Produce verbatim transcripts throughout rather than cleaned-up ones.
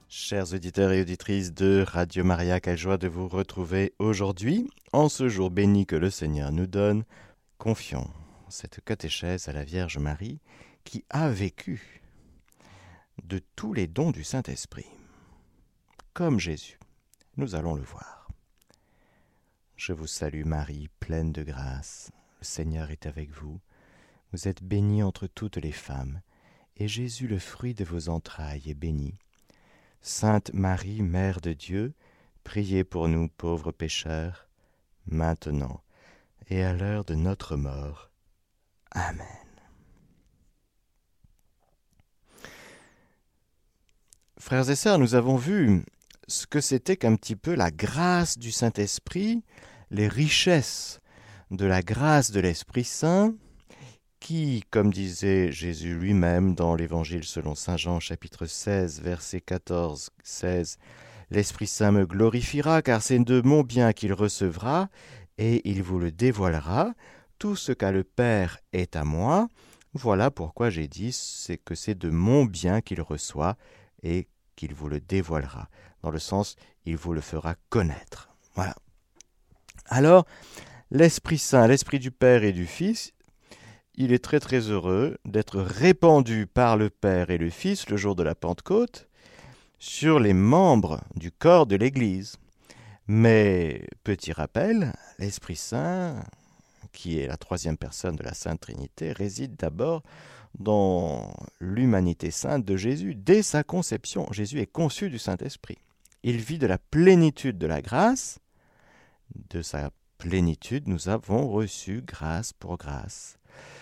Chers auditeurs et auditrices de Radio Maria, quelle joie de vous retrouver aujourd'hui, en ce jour béni que le Seigneur nous donne. Confions cette catéchèse à la Vierge Marie qui a vécu de tous les dons du Saint-Esprit. Comme Jésus, nous allons le voir. Je vous salue Marie, pleine de grâce, le Seigneur est avec vous. Vous êtes bénie entre toutes les femmes, et Jésus, le fruit de vos entrailles, est béni. Sainte Marie, Mère de Dieu, priez pour nous pauvres pécheurs, maintenant et à l'heure de notre mort. Amen. Frères et sœurs, nous avons vu ce que c'était qu'un petit peu la grâce du Saint-Esprit, les richesses de la grâce de l'Esprit Saint, qui, comme disait Jésus lui-même dans l'Évangile selon saint Jean, chapitre seize, versets quatorze à seize, « L'Esprit Saint me glorifiera, car c'est de mon bien qu'il recevra, et il vous le dévoilera. Tout ce qu'a le Père est à moi. Voilà pourquoi j'ai dit c'est que c'est de mon bien qu'il reçoit, et qu'il vous le dévoilera. » Dans le sens, il vous le fera connaître. Voilà. Alors, l'Esprit Saint, l'Esprit du Père et du Fils, il est très très heureux d'être répandu par le Père et le Fils le jour de la Pentecôte sur les membres du corps de l'Église. Mais, petit rappel, l'Esprit Saint, qui est la troisième personne de la Sainte Trinité, réside d'abord dans l'humanité sainte de Jésus. Dès sa conception, Jésus est conçu du Saint-Esprit. Il vit de la plénitude de la grâce. De sa plénitude, nous avons reçu grâce pour grâce.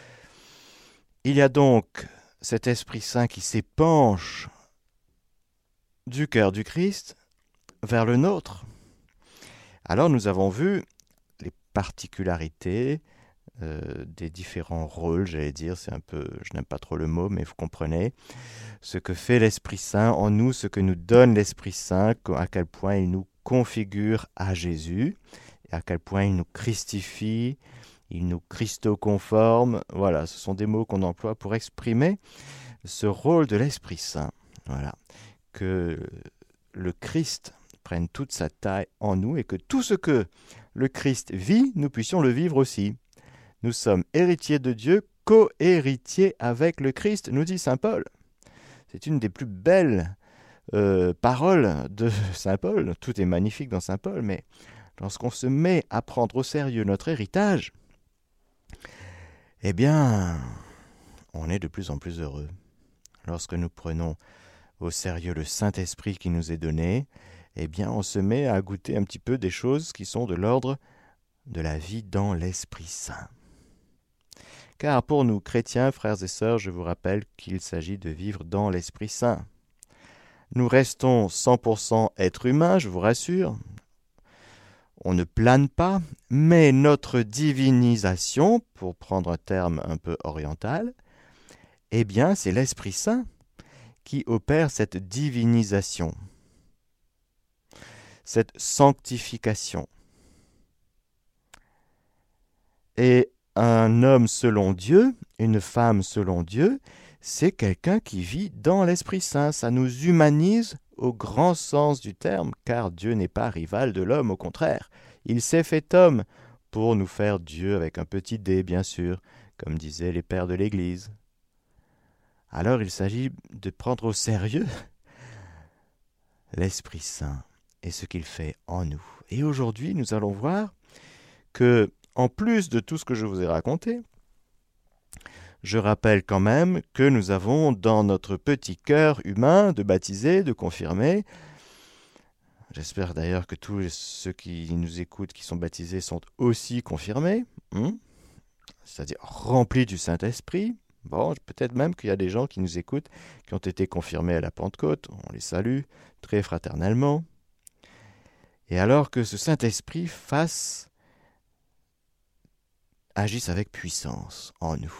Il y a donc cet Esprit Saint qui s'épanche du cœur du Christ vers le nôtre. Alors nous avons vu les particularités euh, des différents rôles, j'allais dire, c'est un peu, je n'aime pas trop le mot, mais vous comprenez, ce que fait l'Esprit Saint en nous, ce que nous donne l'Esprit Saint, à quel point il nous configure à Jésus, et à quel point il nous christifie, il nous christo-conforme. Voilà, ce sont des mots qu'on emploie pour exprimer ce rôle de l'Esprit Saint. Voilà, que le Christ prenne toute sa taille en nous et que tout ce que le Christ vit, nous puissions le vivre aussi. Nous sommes héritiers de Dieu, co-héritiers avec le Christ, nous dit saint Paul. C'est une des plus belles euh, paroles de saint Paul. Tout est magnifique dans saint Paul, mais lorsqu'on se met à prendre au sérieux notre héritage, eh bien, on est de plus en plus heureux. Lorsque nous prenons au sérieux le Saint-Esprit qui nous est donné, eh bien, on se met à goûter un petit peu des choses qui sont de l'ordre de la vie dans l'Esprit Saint. Car pour nous, chrétiens, frères et sœurs, je vous rappelle qu'il s'agit de vivre dans l'Esprit Saint. Nous restons cent pour cent êtres humains, je vous rassure. On ne plane pas, mais notre divinisation, pour prendre un terme un peu oriental, eh bien, c'est l'Esprit Saint qui opère cette divinisation, cette sanctification. Et un homme selon Dieu, une femme selon Dieu, c'est quelqu'un qui vit dans l'Esprit Saint. Ça nous humanise au grand sens du terme, car Dieu n'est pas rival de l'homme, au contraire. Il s'est fait homme pour nous faire Dieu avec un petit d, bien sûr, comme disaient les pères de l'Église. Alors il s'agit de prendre au sérieux l'Esprit Saint et ce qu'il fait en nous. Et aujourd'hui, nous allons voir que, en plus de tout ce que je vous ai raconté, je rappelle quand même que nous avons dans notre petit cœur humain de baptisés, de confirmés. J'espère d'ailleurs que tous ceux qui nous écoutent, qui sont baptisés, sont aussi confirmés, hein, c'est-à-dire remplis du Saint-Esprit. Bon, peut-être même qu'il y a des gens qui nous écoutent, qui ont été confirmés à la Pentecôte. On les salue très fraternellement. Et alors que ce Saint-Esprit fasse, agisse avec puissance en nous.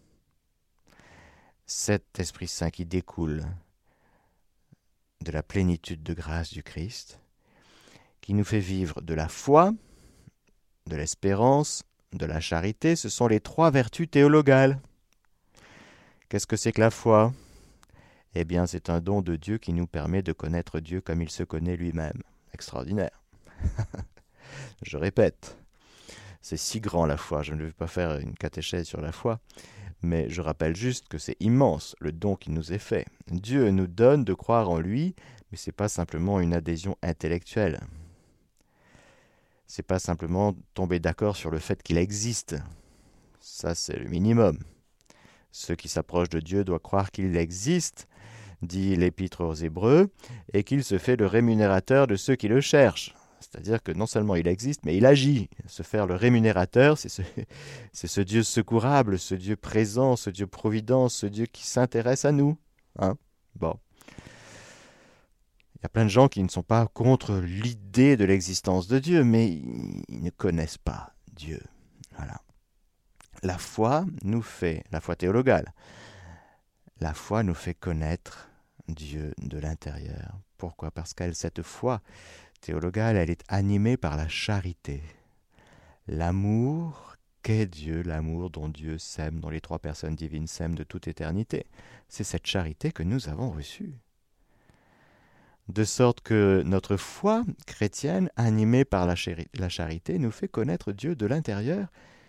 Cet Esprit Saint qui découle de la plénitude de grâce du Christ, qui nous fait vivre de la foi, de l'espérance, de la charité, ce sont les trois vertus théologales. Qu'est-ce que c'est que la foi ? eh bien c'est un don de Dieu qui nous permet de connaître Dieu comme il se connaît lui-même. Extraordinaire. Je répète, c'est si grand la foi, je ne vais pas faire une catéchèse sur la foi, mais je rappelle juste que c'est immense le don qui nous est fait. Dieu nous donne de croire en lui, mais ce n'est pas simplement une adhésion intellectuelle. Ce n'est pas simplement tomber d'accord sur le fait qu'il existe. Ça, c'est le minimum. Ceux qui s'approchent de Dieu doivent croire qu'il existe, dit l'Épître aux Hébreux, et qu'il se fait le rémunérateur de ceux qui le cherchent. C'est-à-dire que non seulement il existe, mais il agit. Se faire le rémunérateur, c'est ce, c'est ce Dieu secourable, ce Dieu présent, ce Dieu providence, ce Dieu qui s'intéresse à nous. Hein? Bon. Il y a plein de gens qui ne sont pas contre l'idée de l'existence de Dieu, mais ils ne connaissent pas Dieu. Voilà. La foi nous fait, la foi théologale, la foi nous fait connaître Dieu de l'intérieur. Pourquoi? Parce qu'elle, cette foi théologale, elle est animée par la charité. L'amour qu'est Dieu, l'amour dont Dieu s'aime, dont les trois personnes divines s'aiment de toute éternité. C'est cette charité que nous avons reçue. De sorte que notre foi chrétienne, animée par la, chari- la charité, nous fait connaître Dieu de l'intérieur.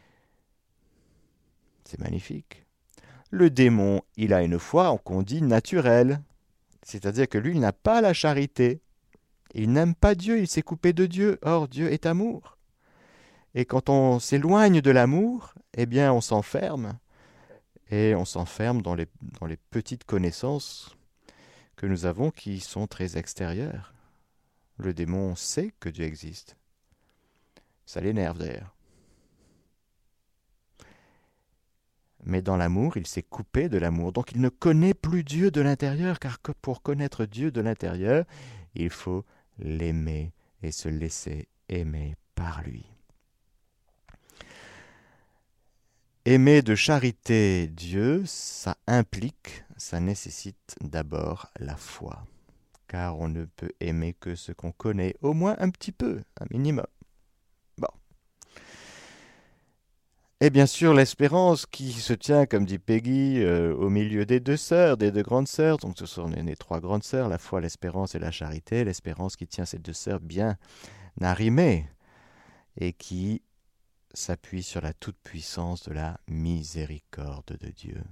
C'est magnifique. Le démon, il a une foi qu'on dit naturelle. C'est-à-dire que lui, il n'a pas la charité. Il n'aime pas Dieu, il s'est coupé de Dieu. Or, Dieu est amour. Et quand on s'éloigne de l'amour, eh bien, on s'enferme. Et on s'enferme dans les, dans les petites connaissances que nous avons qui sont très extérieures. Le démon sait que Dieu existe. Ça l'énerve d'ailleurs. Mais dans l'amour, il s'est coupé de l'amour. Donc il ne connaît plus Dieu de l'intérieur, car pour connaître Dieu de l'intérieur, il faut l'aimer et se laisser aimer par lui. Aimer de charité Dieu, ça implique, ça nécessite d'abord la foi. Car on ne peut aimer que ce qu'on connaît, au moins un petit peu, un minimum. Bon. Et bien sûr, l'espérance qui se tient, comme dit Peggy, euh, au milieu des deux sœurs, des deux grandes sœurs. Donc ce sont les trois grandes sœurs, la foi, l'espérance et la charité. L'espérance qui tient ces deux sœurs bien arrimées et qui s'appuie sur la toute-puissance de la miséricorde de Dieu.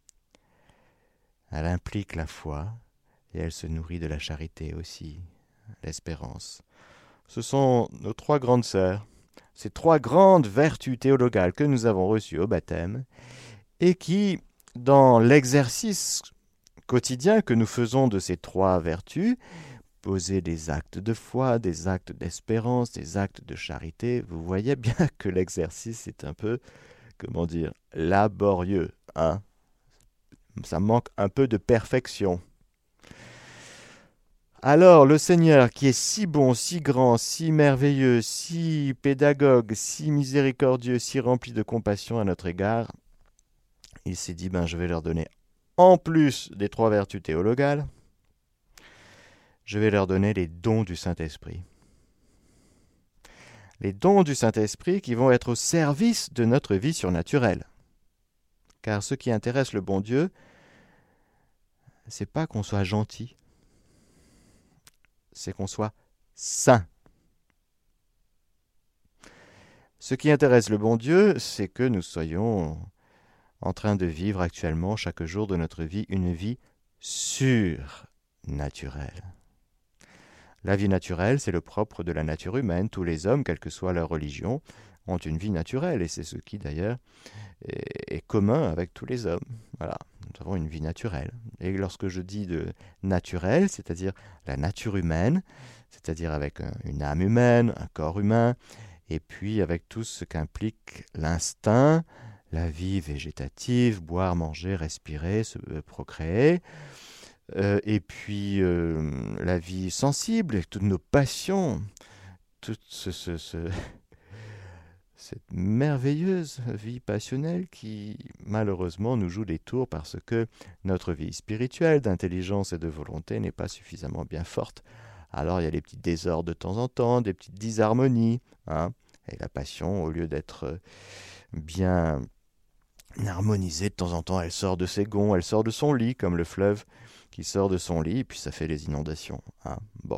Elle implique la foi et elle se nourrit de la charité aussi, l'espérance. Ce sont nos trois grandes sœurs, ces trois grandes vertus théologales que nous avons reçues au baptême et qui, dans l'exercice quotidien que nous faisons de ces trois vertus, poser des actes de foi, des actes d'espérance, des actes de charité, vous voyez bien que l'exercice est un peu, comment dire, laborieux, hein? Ça manque un peu de perfection. Alors, le Seigneur, qui est si bon, si grand, si merveilleux, si pédagogue, si miséricordieux, si rempli de compassion à notre égard, il s'est dit, ben, je vais leur donner, en plus des trois vertus théologales, je vais leur donner les dons du Saint-Esprit. Les dons du Saint-Esprit qui vont être au service de notre vie surnaturelle. Car ce qui intéresse le bon Dieu, c'est pas qu'on soit gentil, c'est qu'on soit saint. Ce qui intéresse le bon Dieu, c'est que nous soyons en train de vivre actuellement, chaque jour de notre vie, une vie surnaturelle. La vie naturelle, c'est le propre de la nature humaine. Tous les hommes, quelle que soit leur religion, ont une vie naturelle. Et c'est ce qui, d'ailleurs, est, est commun avec tous les hommes. Voilà, nous avons une vie naturelle. Et lorsque je dis de naturel, c'est-à-dire la nature humaine, c'est-à-dire avec un, une âme humaine, un corps humain, et puis avec tout ce qu'implique l'instinct, la vie végétative, boire, manger, respirer, se procréer, Euh, et puis euh, la vie sensible, avec toutes nos passions, toute ce, ce, ce, cette merveilleuse vie passionnelle qui malheureusement nous joue des tours parce que notre vie spirituelle, d'intelligence et de volonté n'est pas suffisamment bien forte. Alors il y a des petits désordres de temps en temps, des petites disharmonies, hein, et la passion, au lieu d'être bien harmonisée, de temps en temps elle sort de ses gonds, elle sort de son lit comme le fleuve qui sort de son lit, et puis ça fait les inondations. Hein. Bon.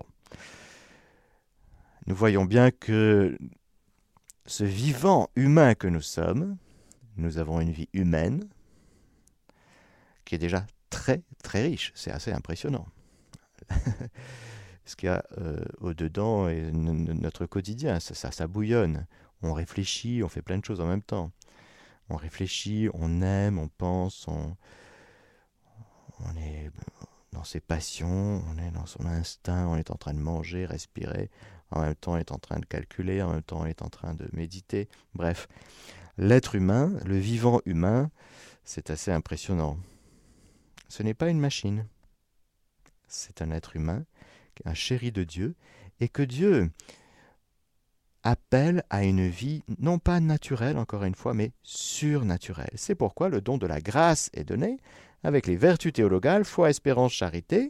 Nous voyons bien que ce vivant humain que nous sommes, nous avons une vie humaine qui est déjà très très riche. C'est assez impressionnant. Ce qu'il y a euh, au-dedans et notre quotidien, ça, ça, ça bouillonne. On réfléchit, on fait plein de choses en même temps. On réfléchit, on aime, on pense, on, on est dans ses passions, on est dans son instinct, on est en train de manger, respirer, en même temps on est en train de calculer, en même temps on est en train de méditer. Bref, l'être humain, le vivant humain, c'est assez impressionnant. Ce n'est pas une machine, c'est un être humain, un chéri de Dieu, et que Dieu appelle à une vie non pas naturelle, encore une fois, mais surnaturelle. C'est pourquoi le don de la grâce est donné, avec les vertus théologales, foi, espérance, charité,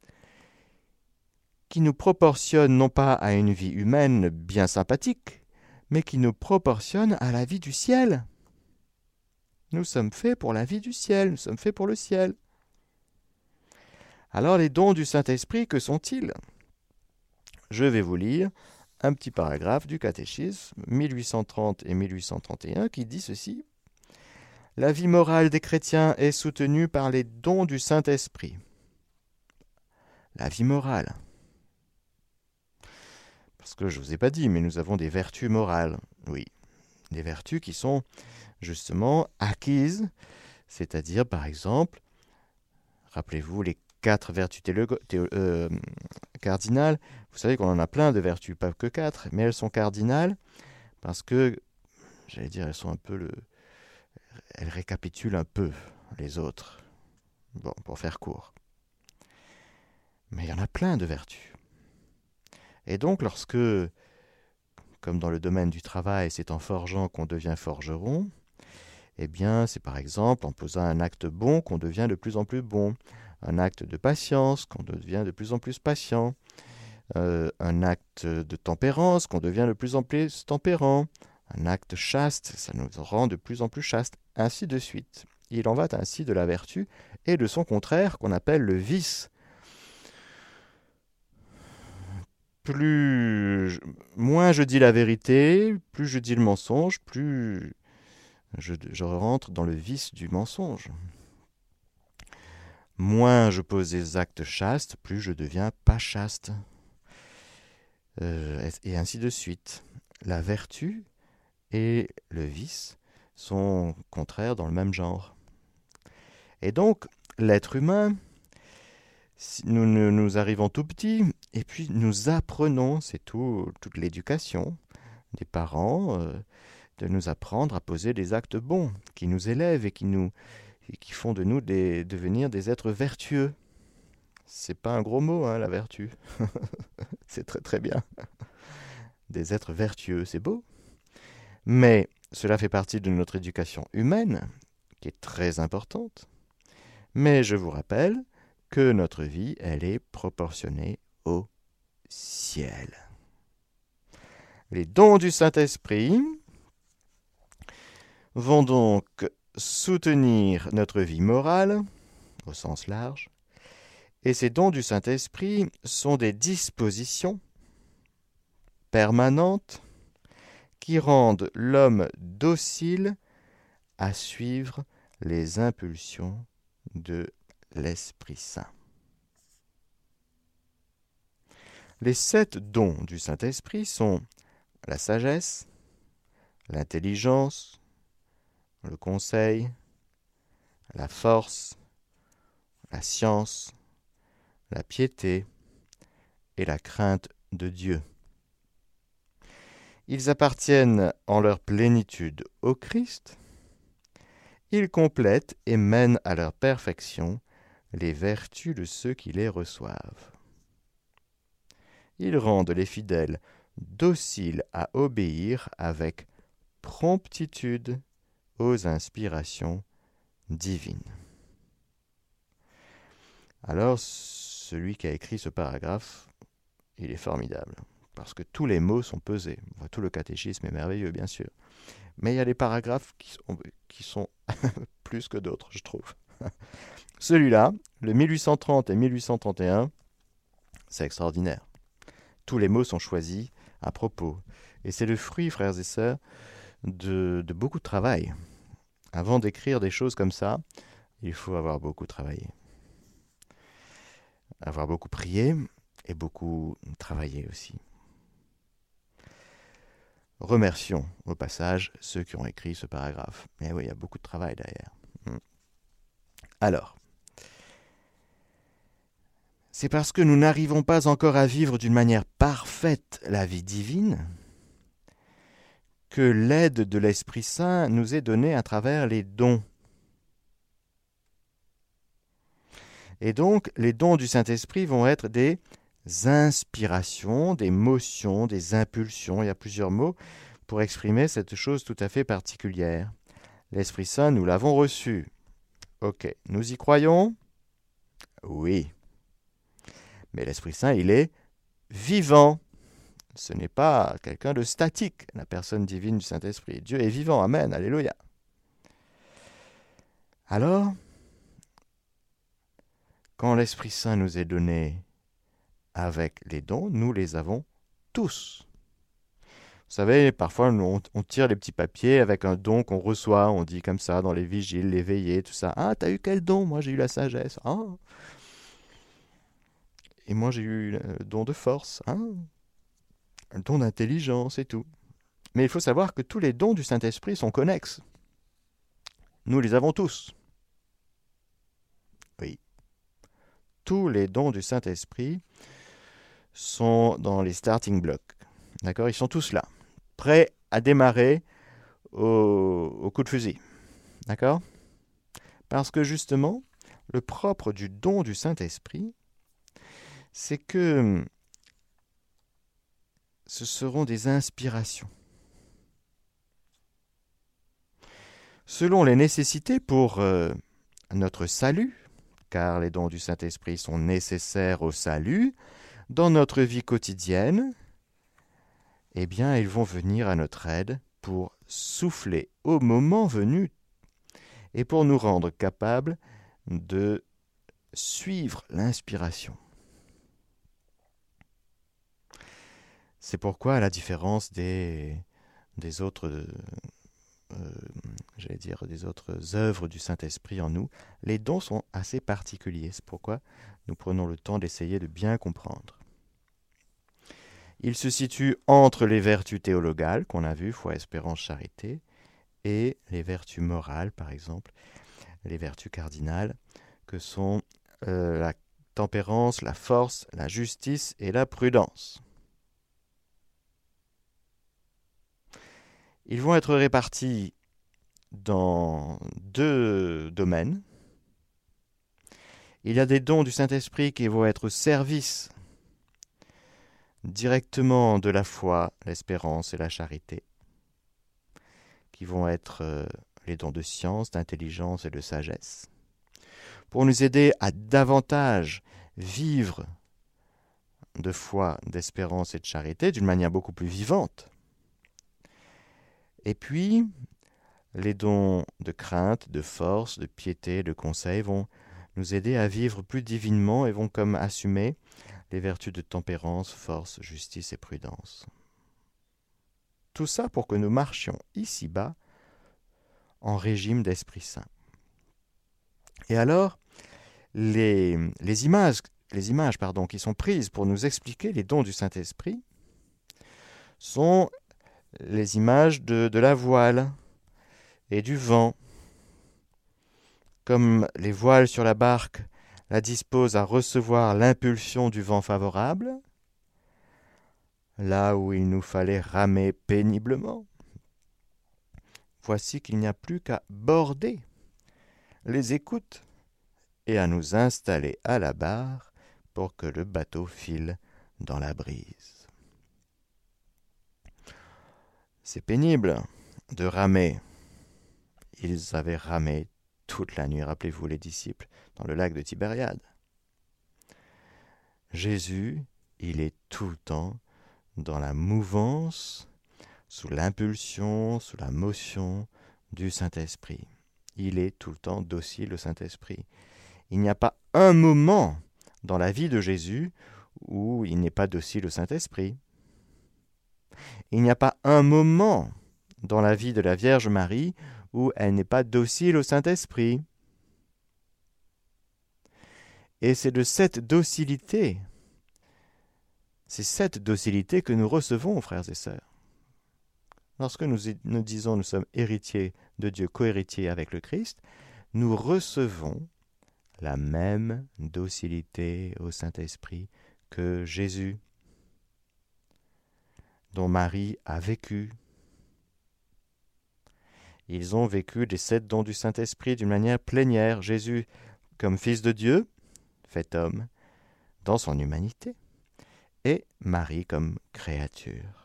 qui nous proportionnent non pas à une vie humaine bien sympathique, mais qui nous proportionnent à la vie du ciel. Nous sommes faits pour la vie du ciel, nous sommes faits pour le ciel. Alors les dons du Saint-Esprit, que sont-ils ? Je vais vous lire un petit paragraphe du catéchisme mille huit cent trente et mille huit cent trente et un qui dit ceci. La vie morale des chrétiens est soutenue par les dons du Saint-Esprit. La vie morale. Parce que je ne vous ai pas dit, mais nous avons des vertus morales. Oui, des vertus qui sont justement acquises, c'est-à-dire par exemple, rappelez-vous les quatre vertus théolo- théo- euh, cardinales. Vous savez qu'on en a plein de vertus, pas que quatre, mais elles sont cardinales parce que, j'allais dire, elles sont un peu le... Elles récapitulent un peu les autres. Bon, pour faire court. Mais il y en a plein de vertus. Et donc, lorsque, comme dans le domaine du travail, c'est en forgeant qu'on devient forgeron, eh bien, c'est par exemple en posant un acte bon qu'on devient de plus en plus bon. Un acte de patience, qu'on devient de plus en plus patient, euh, un acte de tempérance, qu'on devient de plus en plus tempérant, un acte chaste, ça nous rend de plus en plus chaste, ainsi de suite. Il en va ainsi de la vertu et de son contraire qu'on appelle le vice. Plus, moins je dis la vérité, plus je dis le mensonge, plus je, je rentre dans le vice du mensonge. Moins je pose des actes chastes, plus je deviens pas chaste. Euh, et ainsi de suite. La vertu et le vice sont contraires dans le même genre. Et donc, l'être humain, nous, nous, nous arrivons tout petits, et puis nous apprenons, c'est tout, toute l'éducation des parents, euh, de nous apprendre à poser des actes bons, qui nous élèvent et qui nous... et qui font de nous des, devenir des êtres vertueux. C'est pas un gros mot, hein, la vertu. C'est très très bien. Des êtres vertueux, c'est beau. Mais cela fait partie de notre éducation humaine, qui est très importante. Mais je vous rappelle que notre vie, elle est proportionnée au ciel. Les dons du Saint-Esprit vont donc soutenir notre vie morale, au sens large, et ces dons du Saint-Esprit sont des dispositions permanentes qui rendent l'homme docile à suivre les impulsions de l'Esprit Saint. Les sept dons du Saint-Esprit sont la sagesse, l'intelligence, le conseil, la force, la science, la piété et la crainte de Dieu. Ils appartiennent en leur plénitude au Christ. Ils complètent et mènent à leur perfection les vertus de ceux qui les reçoivent. Ils rendent les fidèles dociles à obéir avec promptitude aux inspirations divines. Alors, celui qui a écrit ce paragraphe, il est formidable, parce que tous les mots sont pesés. Tout le catéchisme est merveilleux, bien sûr. Mais il y a des paragraphes qui sont, qui sont plus que d'autres, je trouve. Celui-là, le mille huit cent trente et mille huit cent trente et un, c'est extraordinaire. Tous les mots sont choisis à propos. Et c'est le fruit, frères et sœurs, de, de beaucoup de travail. Avant d'écrire des choses comme ça, il faut avoir beaucoup travaillé. Avoir beaucoup prié et beaucoup travaillé aussi. Remercions au passage ceux qui ont écrit ce paragraphe. Mais oui, il y a beaucoup de travail derrière. Alors, c'est parce que nous n'arrivons pas encore à vivre d'une manière parfaite la vie divine que l'aide de l'Esprit Saint nous est donnée à travers les dons. Et donc, les dons du Saint-Esprit vont être des inspirations, des motions, des impulsions. Il y a plusieurs mots pour exprimer cette chose tout à fait particulière. L'Esprit Saint, nous l'avons reçu. Ok, nous y croyons? Oui. Mais l'Esprit Saint, il est vivant. Ce n'est pas quelqu'un de statique, la personne divine du Saint-Esprit. Dieu est vivant, amen, alléluia. Alors, quand l'Esprit Saint nous est donné avec les dons, nous les avons tous. Vous savez, parfois on, on tire les petits papiers avec un don qu'on reçoit, on dit comme ça dans les vigiles, les veillées, tout ça. Ah, t'as eu quel don? Moi j'ai eu la sagesse. Ah. Et moi j'ai eu le don de force. Ah. Un don d'intelligence et tout. Mais il faut savoir que tous les dons du Saint-Esprit sont connexes. Nous les avons tous. Oui. Tous les dons du Saint-Esprit sont dans les starting blocks. D'accord? Ils sont tous là, prêts à démarrer au, au coup de fusil. D'accord? Parce que justement, le propre du don du Saint-Esprit, c'est que ce seront des inspirations. Selon les nécessités pour euh, notre salut, car les dons du Saint-Esprit sont nécessaires au salut, dans notre vie quotidienne, eh bien, ils vont venir à notre aide pour souffler au moment venu et pour nous rendre capables de suivre l'inspiration. C'est pourquoi, à la différence des, des autres, euh, j'allais dire, des autres œuvres du Saint-Esprit en nous, les dons sont assez particuliers. C'est pourquoi nous prenons le temps d'essayer de bien comprendre. Ils se situent entre les vertus théologales, qu'on a vues, foi, espérance, charité, et les vertus morales, par exemple, les vertus cardinales, que sont euh, la tempérance, la force, la justice et la prudence. Ils vont être répartis dans deux domaines. Il y a des dons du Saint-Esprit qui vont être au service directement de la foi, l'espérance et la charité, qui vont être euh, les dons de science, d'intelligence et de sagesse, pour nous aider à davantage vivre de foi, d'espérance et de charité d'une manière beaucoup plus vivante. Et puis, les dons de crainte, de force, de piété, de conseil vont nous aider à vivre plus divinement et vont comme assumer les vertus de tempérance, force, justice et prudence. Tout ça pour que nous marchions ici-bas en régime d'Esprit Saint. Et alors, les, les images, les images pardon, qui sont prises pour nous expliquer les dons du Saint-Esprit sont les images de, de la voile et du vent. Comme les voiles sur la barque la disposent à recevoir l'impulsion du vent favorable, là où il nous fallait ramer péniblement, voici qu'il n'y a plus qu'à border les écoutes et à nous installer à la barre pour que le bateau file dans la brise. C'est pénible de ramer. Ils avaient ramé toute la nuit, rappelez-vous les disciples, dans le lac de Tibériade. Jésus, il est tout le temps dans la mouvance, sous l'impulsion, sous la motion du Saint-Esprit. il est tout le temps docile au Saint-Esprit. Il n'y a pas un moment dans la vie de Jésus où il n'est pas docile au Saint-Esprit. Il n'y a pas un moment dans la vie de la Vierge Marie où elle n'est pas docile au Saint-Esprit. Et c'est de cette docilité, c'est cette docilité que nous recevons, frères et sœurs. Lorsque nous, nous disons nous sommes héritiers de Dieu, co-héritiers avec le Christ, nous recevons la même docilité au Saint-Esprit que Jésus, dont Marie a vécu. Ils ont vécu les sept dons du Saint-Esprit d'une manière plénière. Jésus comme Fils de Dieu, fait homme, dans son humanité, et Marie comme créature.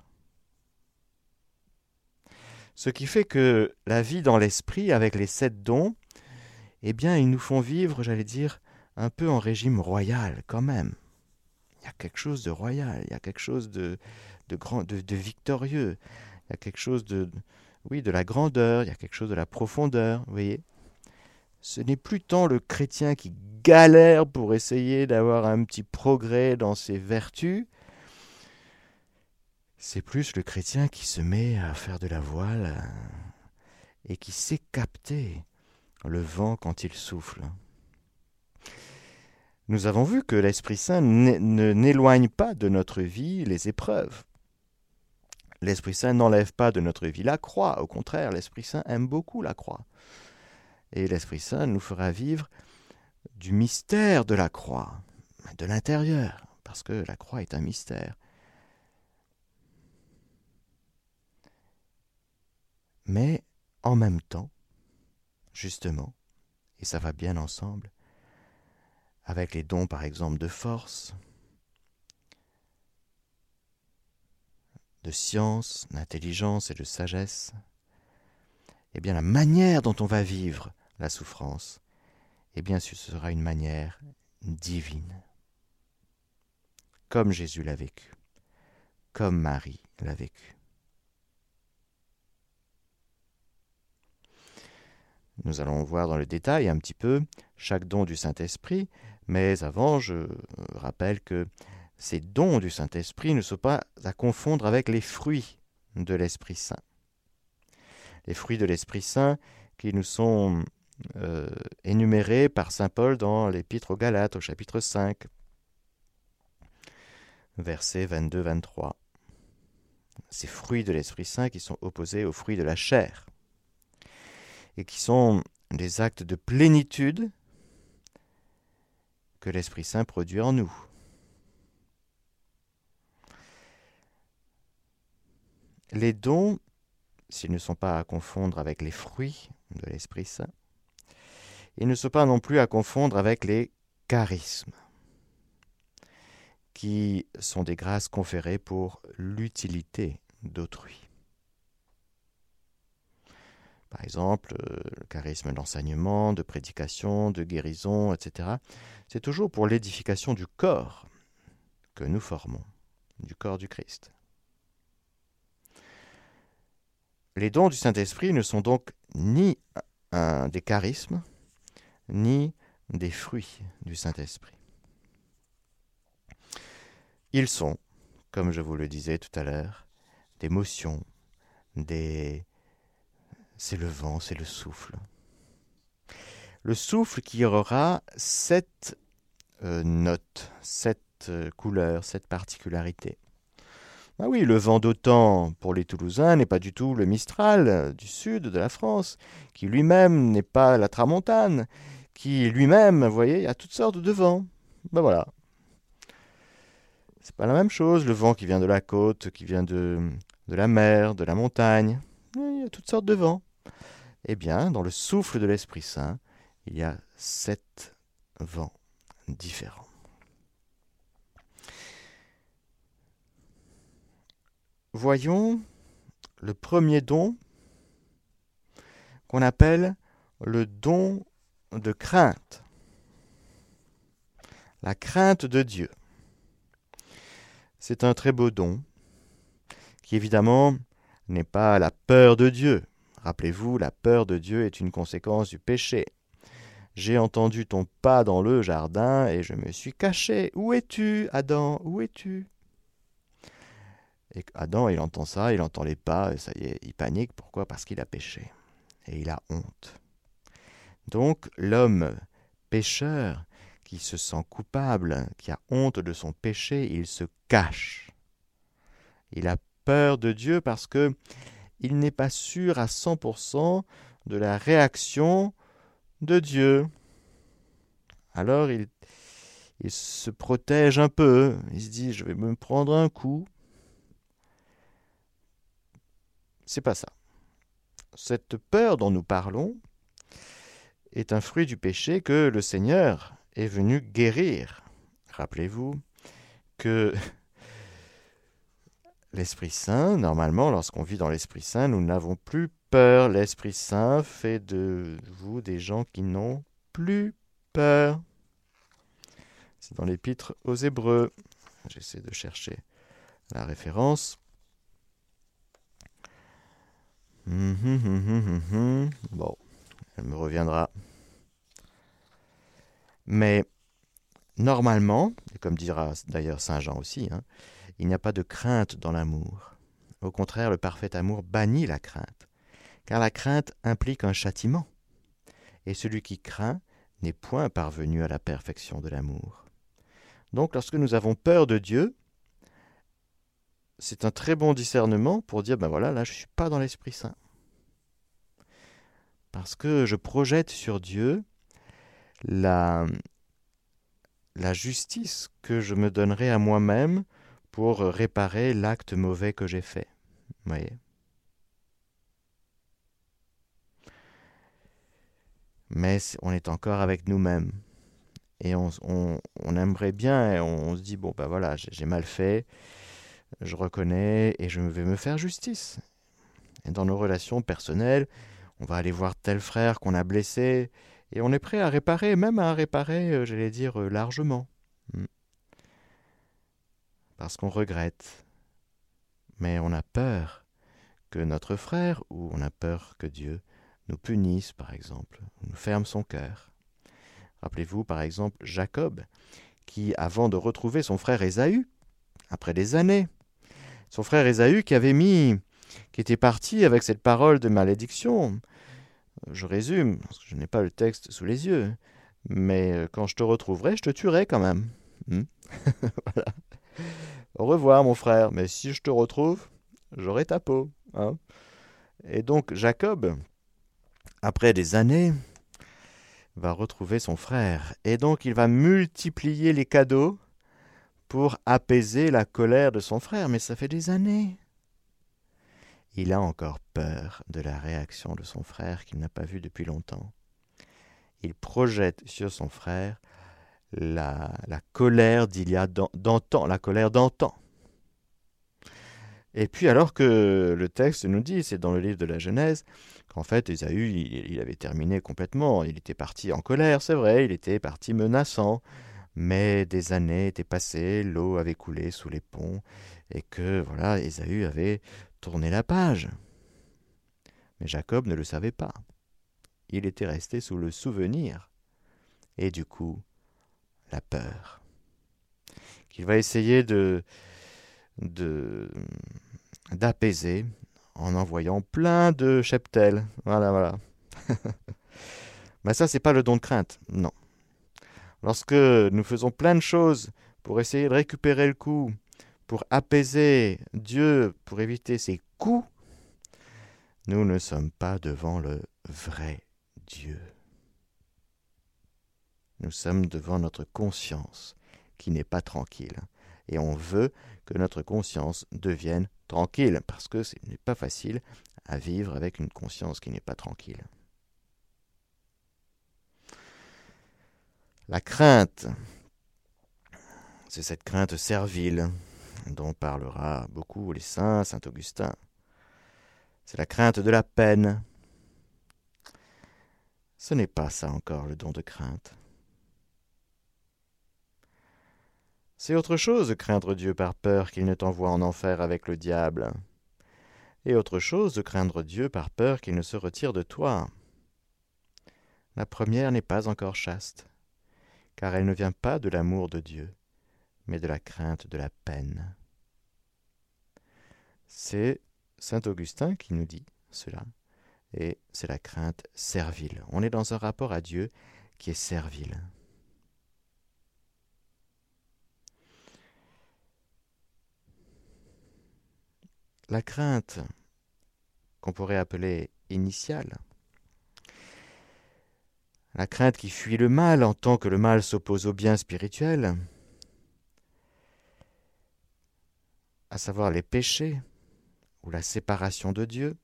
Ce qui fait que la vie dans l'Esprit, avec les sept dons, eh bien, ils nous font vivre, j'allais dire, un peu en régime royal, quand même. Il y a quelque chose de royal, il y a quelque chose de, de, grand, de, de victorieux, il y a quelque chose de, oui, de la grandeur, il y a quelque chose de la profondeur, vous voyez. Ce n'est plus tant le chrétien qui galère pour essayer d'avoir un petit progrès dans ses vertus, c'est plus le chrétien qui se met à faire de la voile et qui sait capter le vent quand il souffle. Nous avons vu que l'Esprit Saint ne n'éloigne pas de notre vie les épreuves. L'Esprit Saint n'enlève pas de notre vie la croix. Au contraire, l'Esprit Saint aime beaucoup la croix. Et l'Esprit Saint nous fera vivre du mystère de la croix, de l'intérieur, parce que la croix est un mystère. Mais en même temps, justement, et ça va bien ensemble, avec les dons par exemple de force, de science, d'intelligence et de sagesse, eh bien la manière dont on va vivre la souffrance, eh bien ce sera une manière divine, comme Jésus l'a vécu, comme Marie l'a vécu. Nous allons voir dans le détail un petit peu chaque don du Saint-Esprit, mais avant, je rappelle que ces dons du Saint-Esprit ne sont pas à confondre avec les fruits de l'Esprit Saint. Les fruits de l'Esprit Saint qui nous sont euh, énumérés par saint Paul dans l'Épître aux Galates, au chapitre cinq, versets vingt-deux vingt-trois. Ces fruits de l'Esprit Saint qui sont opposés aux fruits de la chair, et qui sont des actes de plénitude que l'Esprit Saint produit en nous. Les dons, s'ils ne sont pas à confondre avec les fruits de l'Esprit Saint, ils ne sont pas non plus à confondre avec les charismes, qui sont des grâces conférées pour l'utilité d'autrui. Par exemple, le charisme d'enseignement, de prédication, de guérison, et cetera. C'est toujours pour l'édification du corps que nous formons, du corps du Christ. Les dons du Saint-Esprit ne sont donc ni un, des charismes, ni des fruits du Saint-Esprit. Ils sont, comme je vous le disais tout à l'heure, des motions, des... c'est le vent, c'est le souffle. Le souffle qui aura sept euh, notes, sept euh, couleurs, sept particularités. Ah oui, le vent d'Autan pour les Toulousains n'est pas du tout le Mistral du sud de la France, qui lui-même n'est pas la Tramontane, qui lui-même, vous voyez, il y a toutes sortes de vents. Ben voilà. C'est pas la même chose, le vent qui vient de la côte, qui vient de, de la mer, de la montagne. Il y a toutes sortes de vents. Eh bien, dans le souffle de l'Esprit Saint, il y a sept vents différents. Voyons le premier don qu'on appelle le don de crainte. La crainte de Dieu. C'est un très beau don qui évidemment n'est pas la peur de Dieu. Rappelez-vous, la peur de Dieu est une conséquence du péché. J'ai entendu ton pas dans le jardin et je me suis caché. Où es-tu, Adam? Où es-tu? Et Adam, il entend ça, il entend les pas, et ça y est, il panique. Pourquoi? Parce qu'il a péché. Et il a honte. Donc, l'homme pécheur, qui se sent coupable, qui a honte de son péché, il se cache. Il a peur de Dieu parce que il n'est pas sûr à cent pour cent de la réaction de Dieu. Alors il, il se protège un peu. Il se dit, je vais me prendre un coup. C'est pas ça. Cette peur dont nous parlons est un fruit du péché que le Seigneur est venu guérir. Rappelez-vous que l'Esprit Saint, normalement, lorsqu'on vit dans l'Esprit Saint, nous n'avons plus peur. L'Esprit Saint fait de vous des gens qui n'ont plus peur. C'est dans l'Épître aux Hébreux. J'essaie de chercher la référence. Hum, hum, hum, hum, hum. Bon, elle me reviendra. Mais normalement, et comme dira d'ailleurs Saint Jean aussi, hein, il n'y a pas de crainte dans l'amour. Au contraire, le parfait amour bannit la crainte, car la crainte implique un châtiment, et celui qui craint n'est point parvenu à la perfection de l'amour. Donc, lorsque nous avons peur de Dieu, c'est un très bon discernement pour dire, ben voilà, là, je ne suis pas dans l'Esprit Saint. Parce que je projette sur Dieu la, la justice que je me donnerai à moi-même pour réparer l'acte mauvais que j'ai fait. Vous voyez ? Mais on est encore avec nous-mêmes. Et on, on, on aimerait bien, et on, on se dit, bon, ben voilà, j'ai, j'ai mal fait, je reconnais, et je vais me faire justice. Et dans nos relations personnelles, on va aller voir tel frère qu'on a blessé, et on est prêt à réparer, même à réparer, euh, j'allais dire, euh, largement. Parce qu'on regrette. Mais on a peur que notre frère, ou on a peur que Dieu nous punisse, par exemple, ou nous ferme son cœur. Rappelez-vous, par exemple, Jacob, qui, avant de retrouver son frère Ésaü, après des années, son frère Ésaü qui avait mis, qui était parti avec cette parole de malédiction. Je résume, parce que je n'ai pas le texte sous les yeux, mais quand je te retrouverai, je te tuerai quand même. Hmm. Voilà. Au revoir, mon frère, mais si je te retrouve, j'aurai ta peau. Hein. Et donc, Jacob, après des années, va retrouver son frère. Et donc, il va multiplier les cadeaux pour apaiser la colère de son frère. Mais ça fait des années. Il a encore peur de la réaction de son frère qu'il n'a pas vu depuis longtemps. Il projette sur son frère la, la colère d'il y a d'antan, la colère d'antan. Et puis alors que le texte nous dit, c'est dans le livre de la Genèse, qu'en fait Ésaü, il, il avait terminé complètement, il était parti en colère, c'est vrai, il était parti menaçant, mais des années étaient passées, l'eau avait coulé sous les ponts, et que voilà, Ésaü avait tourné la page. Mais Jacob ne le savait pas. Il était resté sous le souvenir, et du coup, la peur. Qu'il va essayer de... de d'apaiser en envoyant plein de cheptels. Voilà, voilà. Mais ça, c'est pas le don de crainte, non. Lorsque nous faisons plein de choses pour essayer de récupérer le coup, pour apaiser Dieu, pour éviter ses coups, nous ne sommes pas devant le vrai Dieu. Nous sommes devant notre conscience qui n'est pas tranquille. Et on veut que notre conscience devienne tranquille, parce que ce n'est pas facile à vivre avec une conscience qui n'est pas tranquille. La crainte, c'est cette crainte servile dont parlera beaucoup les saints, saint Augustin. C'est la crainte de la peine. Ce n'est pas ça encore le don de crainte. C'est autre chose de craindre Dieu par peur qu'il ne t'envoie en enfer avec le diable. et autre chose de craindre Dieu par peur qu'il ne se retire de toi. La première n'est pas encore chaste, car elle ne vient pas de l'amour de Dieu, mais de la crainte de la peine. C'est saint Augustin qui nous dit cela, et c'est la crainte servile. On est dans un rapport à Dieu qui est servile. La crainte qu'on pourrait appeler initiale, la crainte qui fuit le mal en tant que le mal s'oppose au bien spirituel, à savoir les péchés ou la séparation de Dieu.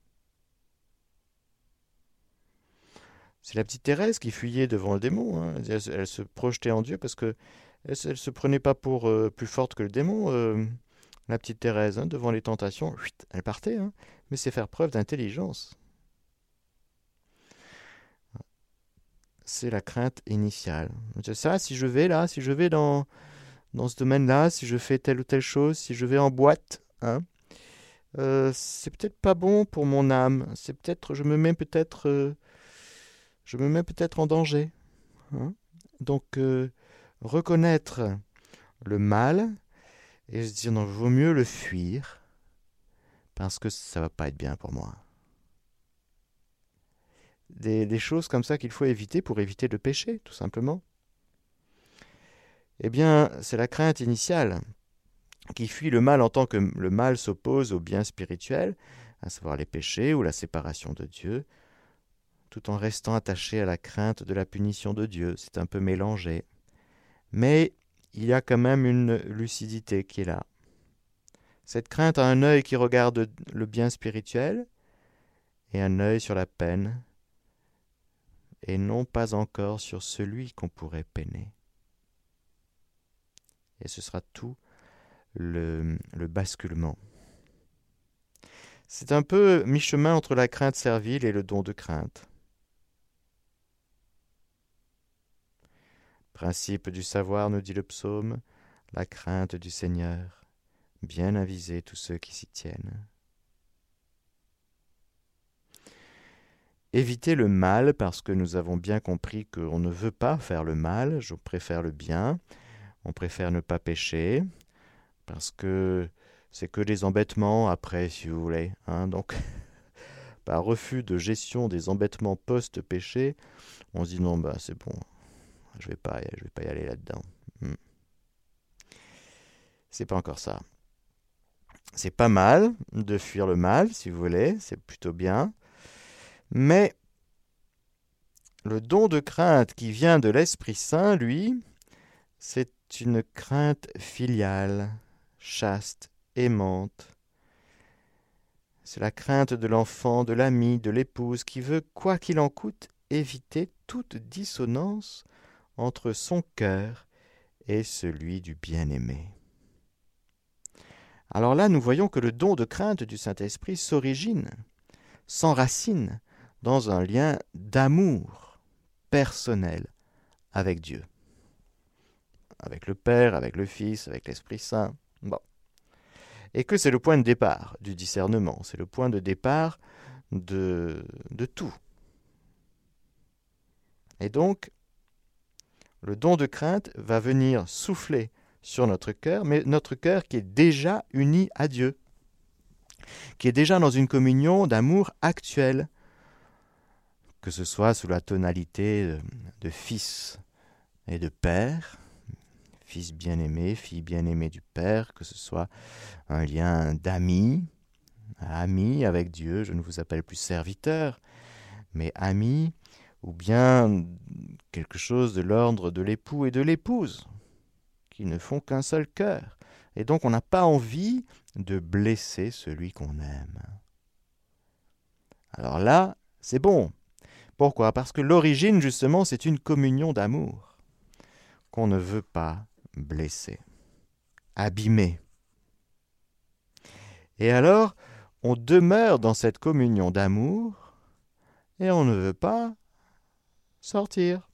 C'est la petite Thérèse qui fuyait devant le démon. Hein. Elle, elle se projetait en Dieu parce que elle, elle se prenait pas pour euh, plus forte que le démon. Euh, la petite Thérèse, hein, devant les tentations, elle partait. Hein. Mais c'est faire preuve d'intelligence. C'est la crainte initiale. C'est ça, si je vais là, si je vais dans, dans ce domaine-là, si je fais telle ou telle chose, si je vais en boîte, hein, euh, c'est peut-être pas bon pour mon âme. C'est peut-être, je me mets peut-être, euh, je me mets peut-être en danger. Hein. Donc, euh, reconnaître le mal et se dire non, vaut mieux le fuir parce que ça va pas être bien pour moi. Des, des choses comme ça qu'il faut éviter pour éviter le péché, tout simplement. Eh bien, c'est la crainte initiale qui fuit le mal en tant que le mal s'oppose au bien spirituel, à savoir les péchés ou la séparation de Dieu, tout en restant attaché à la crainte de la punition de Dieu. C'est un peu mélangé. Mais il y a quand même une lucidité qui est là. Cette crainte a un œil qui regarde le bien spirituel et un œil sur la peine, et non pas encore sur celui qu'on pourrait peiner. Et ce sera tout le, le basculement. C'est un peu mi-chemin entre la crainte servile et le don de crainte. Principe du savoir, nous dit le psaume, la crainte du Seigneur, bien avisés tous ceux qui s'y tiennent. Éviter le mal, parce que nous avons bien compris qu'on ne veut pas faire le mal, je préfère le bien, on préfère ne pas pécher, parce que c'est que des embêtements après, si vous voulez. Hein, donc, par refus de gestion des embêtements post-péché, on se dit non, bah c'est bon, je vais pas, je vais pas y aller là-dedans. Hmm. C'est pas encore ça. C'est pas mal de fuir le mal, si vous voulez, c'est plutôt bien. Mais le don de crainte qui vient de l'Esprit Saint, lui, c'est une crainte filiale, chaste, aimante. C'est la crainte de l'enfant, de l'ami, de l'épouse, qui veut, quoi qu'il en coûte, éviter toute dissonance entre son cœur et celui du bien-aimé. Alors là, nous voyons que le don de crainte du Saint-Esprit s'origine, s'enracine dans un lien d'amour personnel avec Dieu. Avec le Père, avec le Fils, avec l'Esprit Saint. Bon. Et que c'est le point de départ du discernement, c'est le point de départ de, de tout. Et donc, le don de crainte va venir souffler sur notre cœur, mais notre cœur qui est déjà uni à Dieu, qui est déjà dans une communion d'amour actuelle, que ce soit sous la tonalité de, de fils et de père, fils bien-aimé, fille bien-aimée du Père, que ce soit un lien d'amis, ami avec Dieu, je ne vous appelle plus serviteur, mais ami, ou bien quelque chose de l'ordre de l'époux et de l'épouse, qui ne font qu'un seul cœur. Et donc on n'a pas envie de blesser celui qu'on aime. Alors là, c'est bon. Pourquoi ? Parce que l'origine, justement, c'est une communion d'amour qu'on ne veut pas blesser, abîmer. Et alors, on demeure dans cette communion d'amour et on ne veut pas sortir.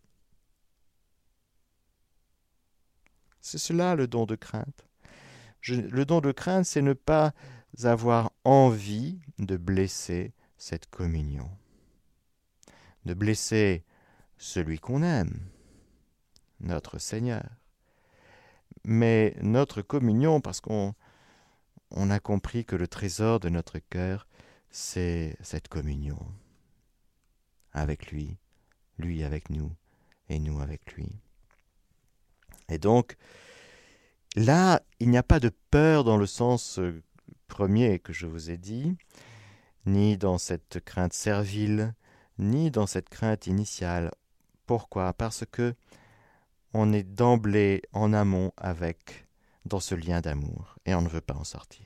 C'est cela le don de crainte. Je, le don de crainte, c'est ne pas avoir envie de blesser cette communion, de blesser celui qu'on aime, notre Seigneur, mais notre communion, parce qu'on on a compris que le trésor de notre cœur, c'est cette communion avec lui, lui avec nous, et nous avec lui. Et donc, là, il n'y a pas de peur dans le sens premier que je vous ai dit, ni dans cette crainte servile, ni dans cette crainte initiale. Pourquoi ? Parce que on est d'emblée en amont avec, dans ce lien d'amour, et on ne veut pas en sortir.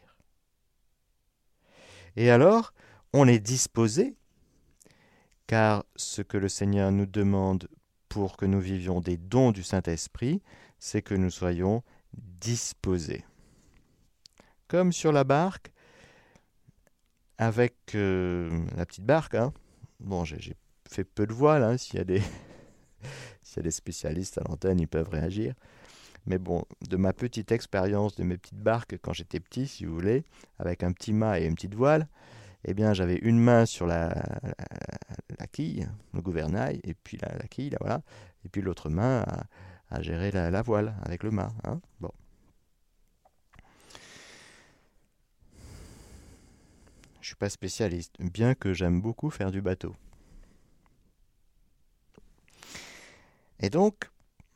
Et alors, on est disposé, car ce que le Seigneur nous demande pour que nous vivions des dons du Saint-Esprit, c'est que nous soyons disposés. Comme sur la barque, avec euh, la petite barque, hein. Bon, j'ai, j'ai fait peu de voile, hein, s'il y a des, s'il y a des spécialistes à l'antenne, ils peuvent réagir. Mais bon, de ma petite expérience de mes petites barques quand j'étais petit, si vous voulez, avec un petit mât et une petite voile, eh bien, j'avais une main sur la, la, la quille, le gouvernail, et puis la, la quille, là, voilà, et puis l'autre main à, à gérer la, la voile avec le mât. Hein. Bon. Je suis pas spécialiste, bien que j'aime beaucoup faire du bateau. Et donc,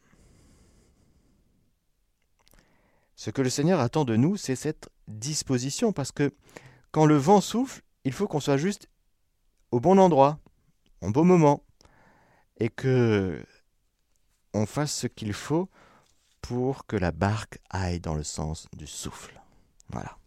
ce que le Seigneur attend de nous, c'est cette disposition, parce que quand le vent souffle, il faut qu'on soit juste au bon endroit, au bon moment, et que on fasse ce qu'il faut pour que la barque aille dans le sens du souffle. Voilà.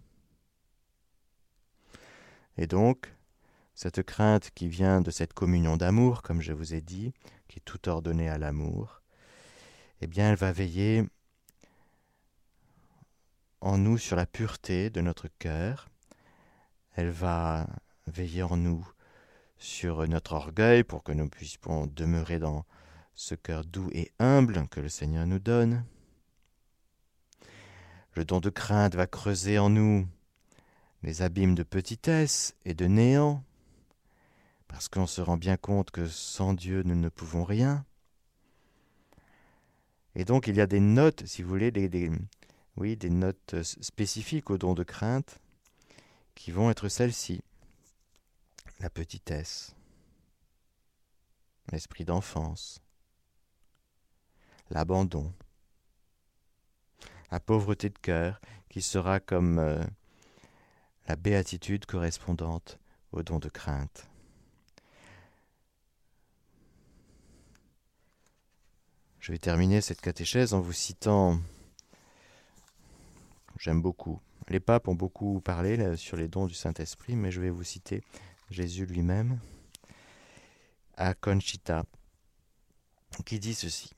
Et donc, cette crainte qui vient de cette communion d'amour, comme je vous ai dit, qui est tout ordonnée à l'amour, eh bien, elle va veiller en nous sur la pureté de notre cœur. Elle va veiller en nous sur notre orgueil pour que nous puissions demeurer dans ce cœur doux et humble que le Seigneur nous donne. Le don de crainte va creuser en nous les abîmes de petitesse et de néant, parce qu'on se rend bien compte que sans Dieu, nous ne pouvons rien. Et donc, il y a des notes, si vous voulez, des, des, oui, des notes spécifiques au don de crainte, qui vont être celles-ci. La petitesse, l'esprit d'enfance, l'abandon, la pauvreté de cœur, qui sera comme euh, la béatitude correspondante au don de crainte. Je vais terminer cette catéchèse en vous citant, j'aime beaucoup, les papes ont beaucoup parlé là, sur les dons du Saint-Esprit, mais je vais vous citer Jésus lui-même à Conchita, qui dit ceci.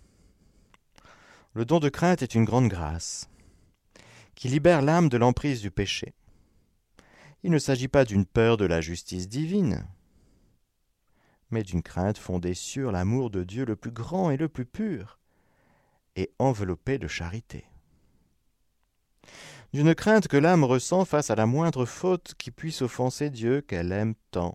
Le don de crainte est une grande grâce, qui libère l'âme de l'emprise du péché. Il ne s'agit pas d'une peur de la justice divine, mais d'une crainte fondée sur l'amour de Dieu le plus grand et le plus pur, et enveloppée de charité. D'une crainte que l'âme ressent face à la moindre faute qui puisse offenser Dieu qu'elle aime tant.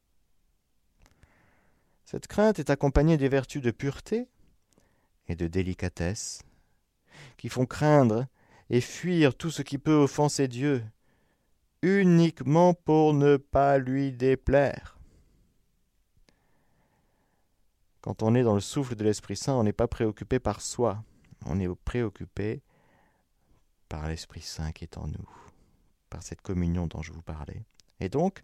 Cette crainte est accompagnée des vertus de pureté et de délicatesse, qui font craindre et fuir tout ce qui peut offenser Dieu, uniquement pour ne pas lui déplaire. Quand on est dans le souffle de l'Esprit Saint, on n'est pas préoccupé par soi, on est préoccupé par l'Esprit Saint qui est en nous, par cette communion dont je vous parlais. Et donc,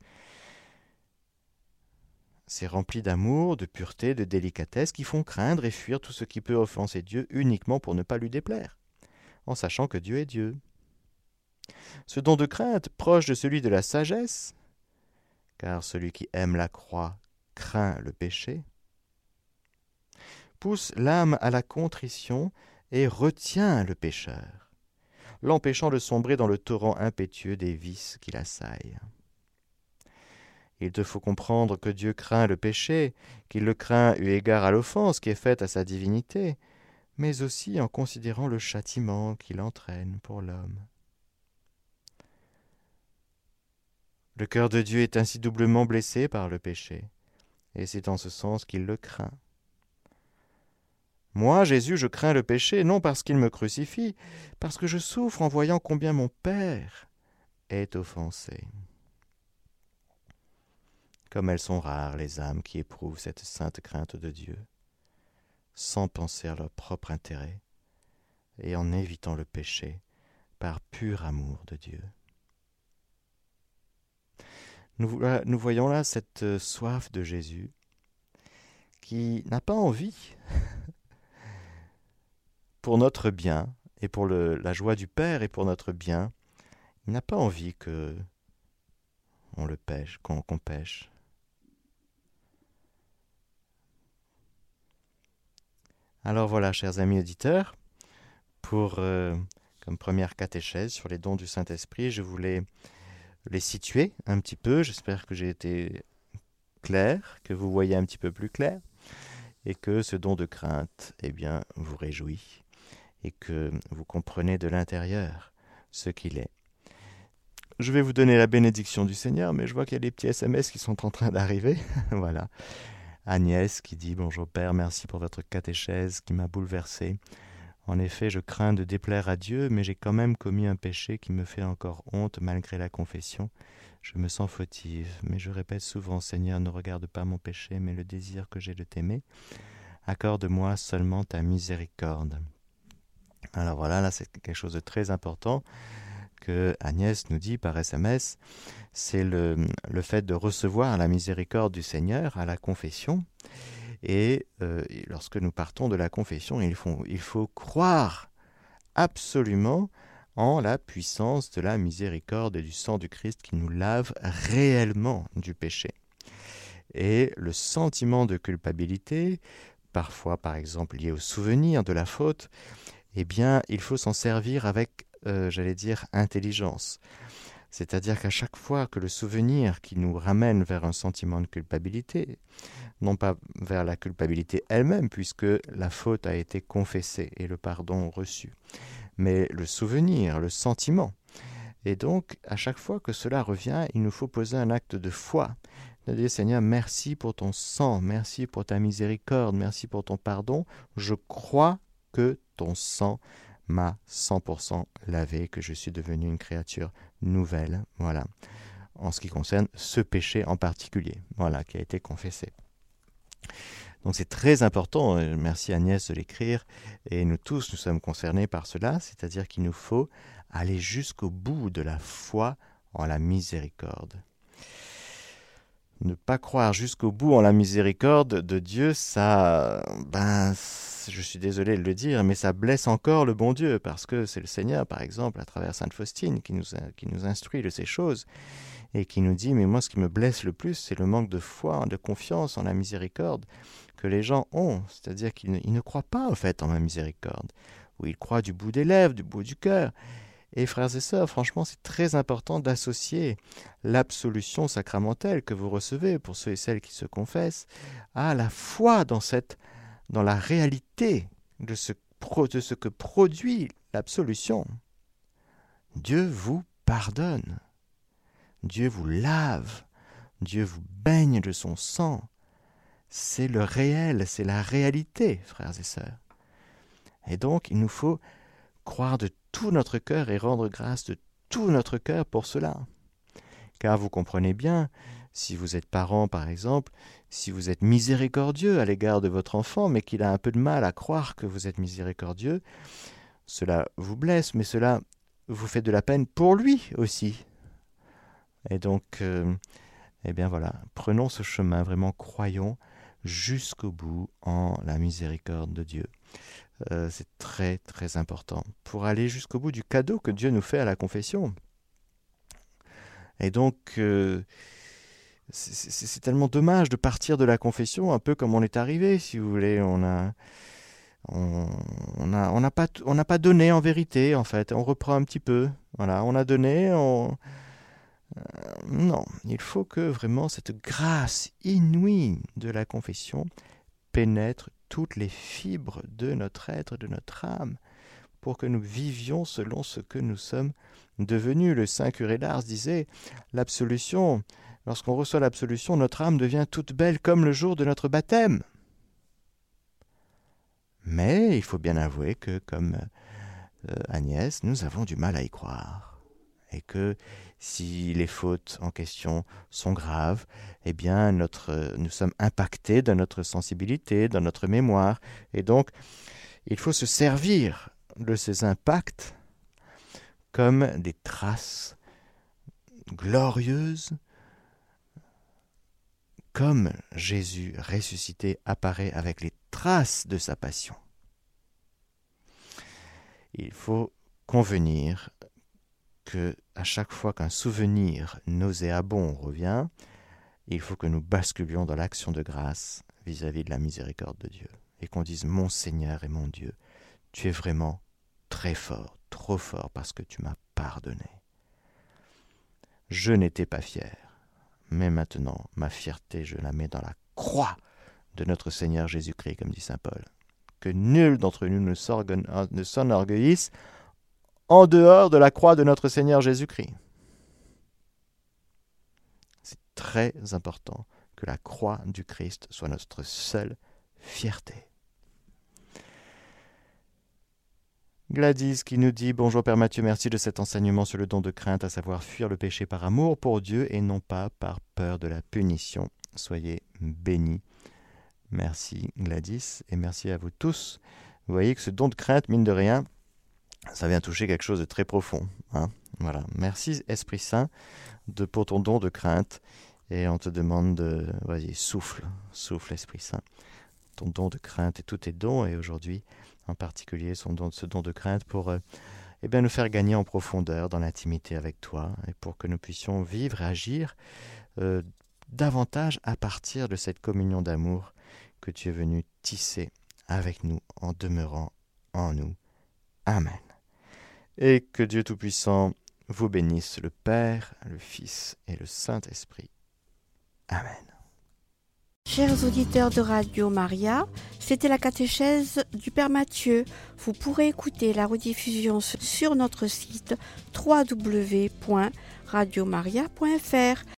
c'est rempli d'amour, de pureté, de délicatesse qui font craindre et fuir tout ce qui peut offenser Dieu uniquement pour ne pas lui déplaire, en sachant que Dieu est Dieu. Ce don de crainte, proche de celui de la sagesse, car celui qui aime la croix craint le péché, pousse l'âme à la contrition et retient le pécheur, l'empêchant de sombrer dans le torrent impétueux des vices qui l'assaillent. Il te faut comprendre que Dieu craint le péché, qu'il le craint eu égard à l'offense qui est faite à sa divinité, mais aussi en considérant le châtiment qu'il entraîne pour l'homme. Le cœur de Dieu est ainsi doublement blessé par le péché, et c'est en ce sens qu'il le craint. Moi, Jésus, je crains le péché, non parce qu'il me crucifie, parce que je souffre en voyant combien mon Père est offensé. Comme elles sont rares les âmes qui éprouvent cette sainte crainte de Dieu, sans penser à leur propre intérêt, et en évitant le péché par pur amour de Dieu. Nous, nous voyons là cette soif de Jésus qui n'a pas envie pour notre bien et pour le, la joie du Père et pour notre bien, il n'a pas envie que on le pêche, qu'on, qu'on pêche. Alors voilà, chers amis auditeurs, pour euh, comme première catéchèse sur les dons du Saint-Esprit, je voulais les situer un petit peu. J'espère que j'ai été clair, que vous voyez un petit peu plus clair, et que ce don de crainte, eh bien, vous réjouit, et que vous comprenez de l'intérieur ce qu'il est. Je vais vous donner la bénédiction du Seigneur, mais je vois qu'il y a des petits S M S qui sont en train d'arriver. Voilà. Agnès qui dit « Bonjour Père, merci pour votre catéchèse qui m'a bouleversé. En effet, je crains de déplaire à Dieu, mais j'ai quand même commis un péché qui me fait encore honte malgré la confession. Je me sens fautive, mais je répète souvent « Seigneur, ne regarde pas mon péché, mais le désir que j'ai de t'aimer. Accorde-moi seulement ta miséricorde. » Alors voilà, là c'est quelque chose de très important que Agnès nous dit par S M S, c'est le, le fait de recevoir la miséricorde du Seigneur à la confession. Et, euh, et lorsque nous partons de la confession, il faut, il faut croire absolument en la puissance de la miséricorde et du sang du Christ qui nous lave réellement du péché. Et le sentiment de culpabilité, parfois par exemple lié au souvenir de la faute, eh bien il faut s'en servir avec Euh, j'allais dire, intelligence. C'est-à-dire qu'à chaque fois que le souvenir qui nous ramène vers un sentiment de culpabilité, non pas vers la culpabilité elle-même, puisque la faute a été confessée et le pardon reçu, mais le souvenir, le sentiment. Et donc, à chaque fois que cela revient, il nous faut poser un acte de foi. De dire, Seigneur, merci pour ton sang, merci pour ta miséricorde, merci pour ton pardon. Je crois que ton sang m'a cent pour cent lavé, que je suis devenu une créature nouvelle, voilà, en ce qui concerne ce péché en particulier, voilà, qui a été confessé. Donc c'est très important, merci Agnès de l'écrire, et nous tous nous sommes concernés par cela, c'est-à-dire qu'il nous faut aller jusqu'au bout de la foi en la miséricorde. Ne pas croire jusqu'au bout en la miséricorde de Dieu, ça, ben, je suis désolé de le dire, mais ça blesse encore le bon Dieu, parce que c'est le Seigneur, par exemple, à travers Sainte Faustine, qui nous, qui nous instruit de ces choses, et qui nous dit, mais moi, ce qui me blesse le plus, c'est le manque de foi, de confiance en la miséricorde que les gens ont, c'est-à-dire qu'ils ne, ils ne croient pas, en fait, en ma miséricorde, ou ils croient du bout des lèvres, du bout du cœur. Et frères et sœurs, franchement, c'est très important d'associer l'absolution sacramentelle que vous recevez, pour ceux et celles qui se confessent, à la foi dans, cette, dans la réalité de ce, de ce que produit l'absolution. Dieu vous pardonne, Dieu vous lave, Dieu vous baigne de son sang. C'est le réel, c'est la réalité, frères et sœurs. Et donc, il nous faut croire de tout notre cœur et rendre grâce de tout notre cœur pour cela. Car vous comprenez bien, si vous êtes parent par exemple, si vous êtes miséricordieux à l'égard de votre enfant, mais qu'il a un peu de mal à croire que vous êtes miséricordieux, cela vous blesse, mais cela vous fait de la peine pour lui aussi. Et donc, euh, eh bien voilà, prenons ce chemin, vraiment croyons jusqu'au bout en la miséricorde de Dieu. Euh, c'est très très important pour aller jusqu'au bout du cadeau que Dieu nous fait à la confession. Et donc euh, c'est, c'est, c'est tellement dommage de partir de la confession un peu comme on est arrivé, si vous voulez. On a on, on a on n'a pas on n'a pas donné en vérité, en fait. On reprend un petit peu. Voilà, on a donné. On euh, non, il faut que vraiment cette grâce inouïe de la confession pénètre toutes les fibres de notre être, de notre âme, pour que nous vivions selon ce que nous sommes devenus. Le saint curé d'Ars disait, l'absolution, lorsqu'on reçoit l'absolution, notre âme devient toute belle comme le jour de notre baptême. Mais il faut bien avouer que, comme euh, Agnès, nous avons du mal à y croire. Et que si les fautes en question sont graves, eh bien notre, euh, nous sommes impactés dans notre sensibilité, dans notre mémoire. Et donc, il faut se servir de ces impacts comme des traces glorieuses, comme Jésus ressuscité apparaît avec les traces de sa passion. Il faut convenir que à chaque fois qu'un souvenir nauséabond revient, il faut que nous basculions dans l'action de grâce vis-à-vis de la miséricorde de Dieu et qu'on dise « Mon Seigneur et mon Dieu, tu es vraiment très fort, trop fort parce que tu m'as pardonné. Je n'étais pas fier, mais maintenant ma fierté je la mets dans la croix de notre Seigneur Jésus-Christ, comme dit saint Paul. Que nul d'entre nous ne, ne s'enorgueillisse en dehors de la croix de notre Seigneur Jésus-Christ. » C'est très important que la croix du Christ soit notre seule fierté. Gladys qui nous dit « Bonjour Père Mathieu, merci de cet enseignement sur le don de crainte, à savoir fuir le péché par amour pour Dieu et non pas par peur de la punition. Soyez bénis. » Merci Gladys et merci à vous tous. Vous voyez que ce don de crainte, mine de rien, ça vient toucher quelque chose de très profond. Hein, voilà. Merci Esprit Saint de, pour ton don de crainte. Et on te demande de... Vas-y, souffle, souffle Esprit Saint. Ton don de crainte et tous tes dons, et aujourd'hui en particulier son don, ce don de crainte pour euh, eh bien, nous faire gagner en profondeur dans l'intimité avec toi et pour que nous puissions vivre et agir euh, davantage à partir de cette communion d'amour que tu es venu tisser avec nous en demeurant en nous. Amen. Et que Dieu Tout-Puissant vous bénisse, le Père, le Fils et le Saint-Esprit. Amen. Chers auditeurs de Radio Maria, c'était la catéchèse du Père Mathieu. Vous pourrez écouter la rediffusion sur notre site w w w point radio maria point f r.